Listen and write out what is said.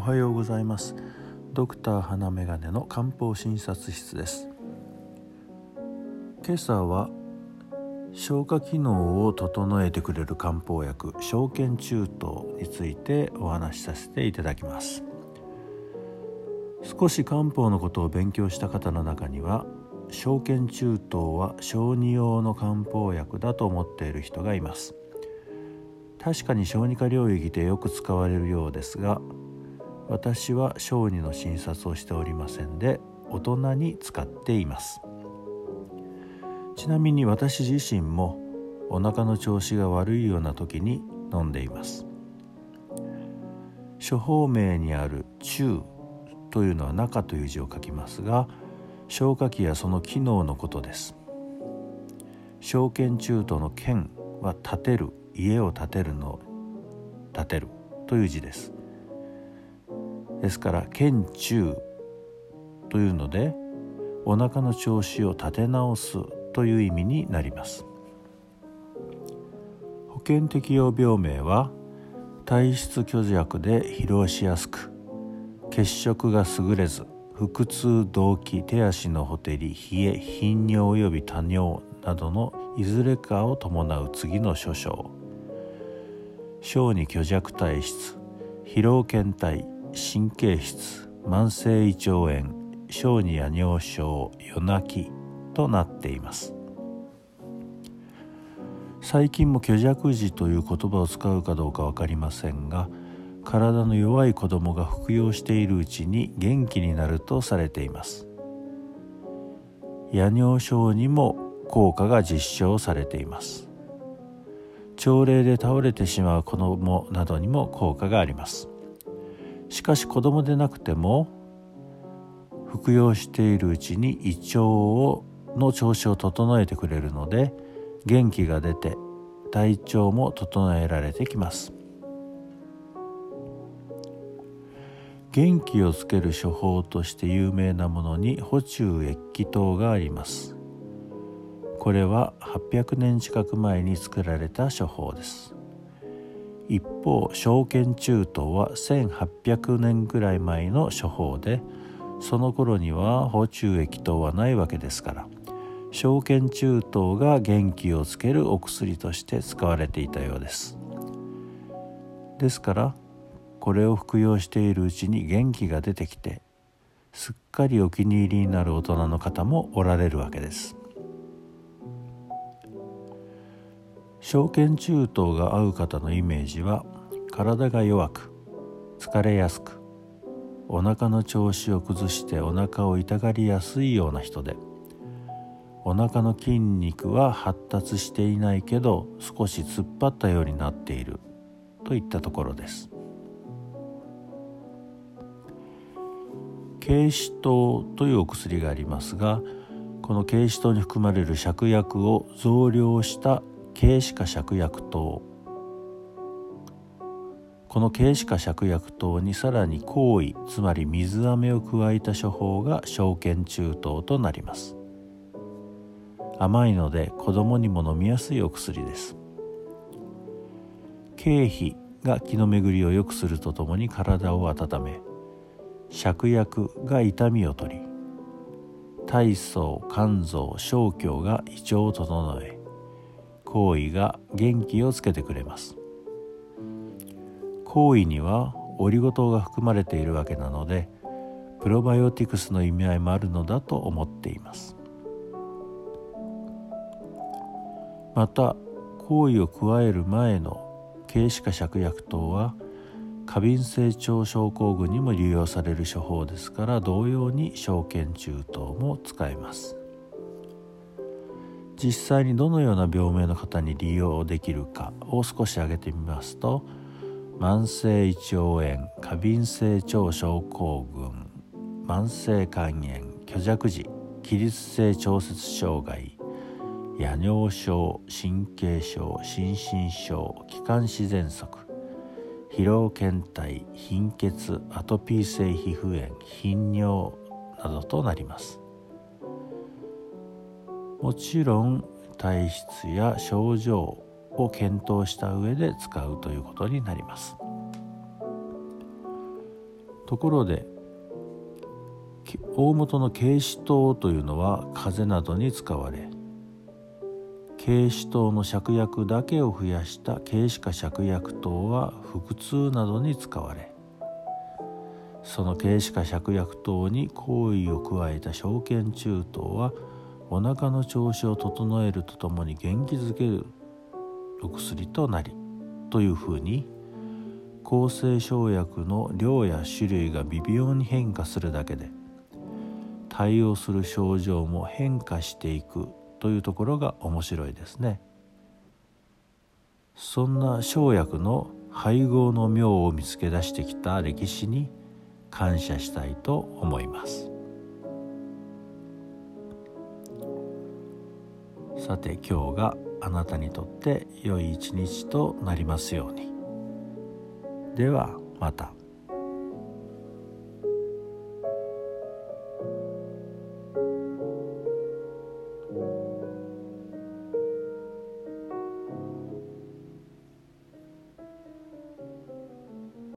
はようございます。ドクター花眼鏡の漢方診察室です。今朝は消化機能を整えてくれる漢方薬消健中等についてお話しさせていただきます。少し漢方のことを勉強した方の中には、消健中等は小児用の漢方薬だと思っている人がいます。確かに小児科領域でよく使われるようですが、私は小児の診察をしておりませんで、大人に使っています。ちなみに私自身もお腹の調子が悪いような時に飲んでいます。処方名にある中というのは中という字を書きますが、消化器やその機能のことです。消健中等の健は建てる、家を建てるの建てるという字です。ですから健中というので、お腹の調子を立て直すという意味になります。保険適用病名は、体質虚弱で疲労しやすく、血色が優れず、腹痛、動悸、手足のほてり、冷え、頻尿及び多尿などのいずれかを伴う次の諸症。小児虚弱体質、疲労倦怠、神経質、慢性胃腸炎、小児夜尿症、夜泣きとなっています。最近も虚弱児という言葉を使うかどうか分かりませんが、体の弱い子どもが服用しているうちに元気になるとされています。夜尿症にも効果が実証されています。朝礼で倒れてしまう子どもなどにも効果があります。しかし子どもでなくても服用しているうちに胃腸の調子を整えてくれるので、元気が出て体調も整えられてきます。元気をつける処方として有名なものに補中益気湯があります。これは800年近く前に作られた処方です。一方、消健中等は1800年くらい前の処方で、その頃には補中益気湯はないわけですから、消健中等が元気をつけるお薬として使われていたようです。ですからこれを服用しているうちに元気が出てきて、すっかりお気に入りになる大人の方もおられるわけです。消健中等が合う方のイメージは、体が弱く疲れやすく、お腹の調子を崩してお腹を痛がりやすいような人で、お腹の筋肉は発達していないけど少し突っ張ったようになっているといったところです。桂枝湯というお薬がありますが、この桂枝湯に含まれる芍薬を増量した桂枝加芍薬湯、この桂枝加芍薬湯にさらに黄衣、つまり水飴を加えた処方が消健中等となります。甘いので子供にも飲みやすいお薬です。桂皮が気の巡りを良くするとともに体を温め、芍薬が痛みを取り、大草、甘草、生姜が胃腸を整え、黄衣が元気をつけてくれます。黄衣にはオリゴ糖が含まれているわけなので、プロバイオティクスの意味合いもあるのだと思っています。また、黄衣を加える前の桂枝加芍薬湯は過敏性腸症候群にも利用される処方ですから、同様に消健中等も使えます。実際にどのような病名の方に利用できるかを少し挙げてみますと、慢性胃腸炎、過敏性腸症候群、慢性肝炎、虚弱児、起立性調節障害、夜尿症、神経症、心身症、気管支喘息、疲労倦怠、貧血、アトピー性皮膚炎、頻尿などとなります。もちろん体質や症状を検討した上で使うということになります。 ところで大元の桂枝湯というのは風邪などに使われ、桂枝湯の芍薬だけを増やした桂枝下芍薬湯は腹痛などに使われ、その桂枝下芍薬湯に香意を加えた正見中湯はお腹の調子を整えるとともに元気づけるお薬となり、というふうに抗生生薬の量や種類が微妙に変化するだけで対応する症状も変化していくというところが面白いですね。そんな生薬の配合の妙を見つけ出してきた歴史に感謝したいと思います。さて今日があなたにとって良い一日となりますように。ではまた。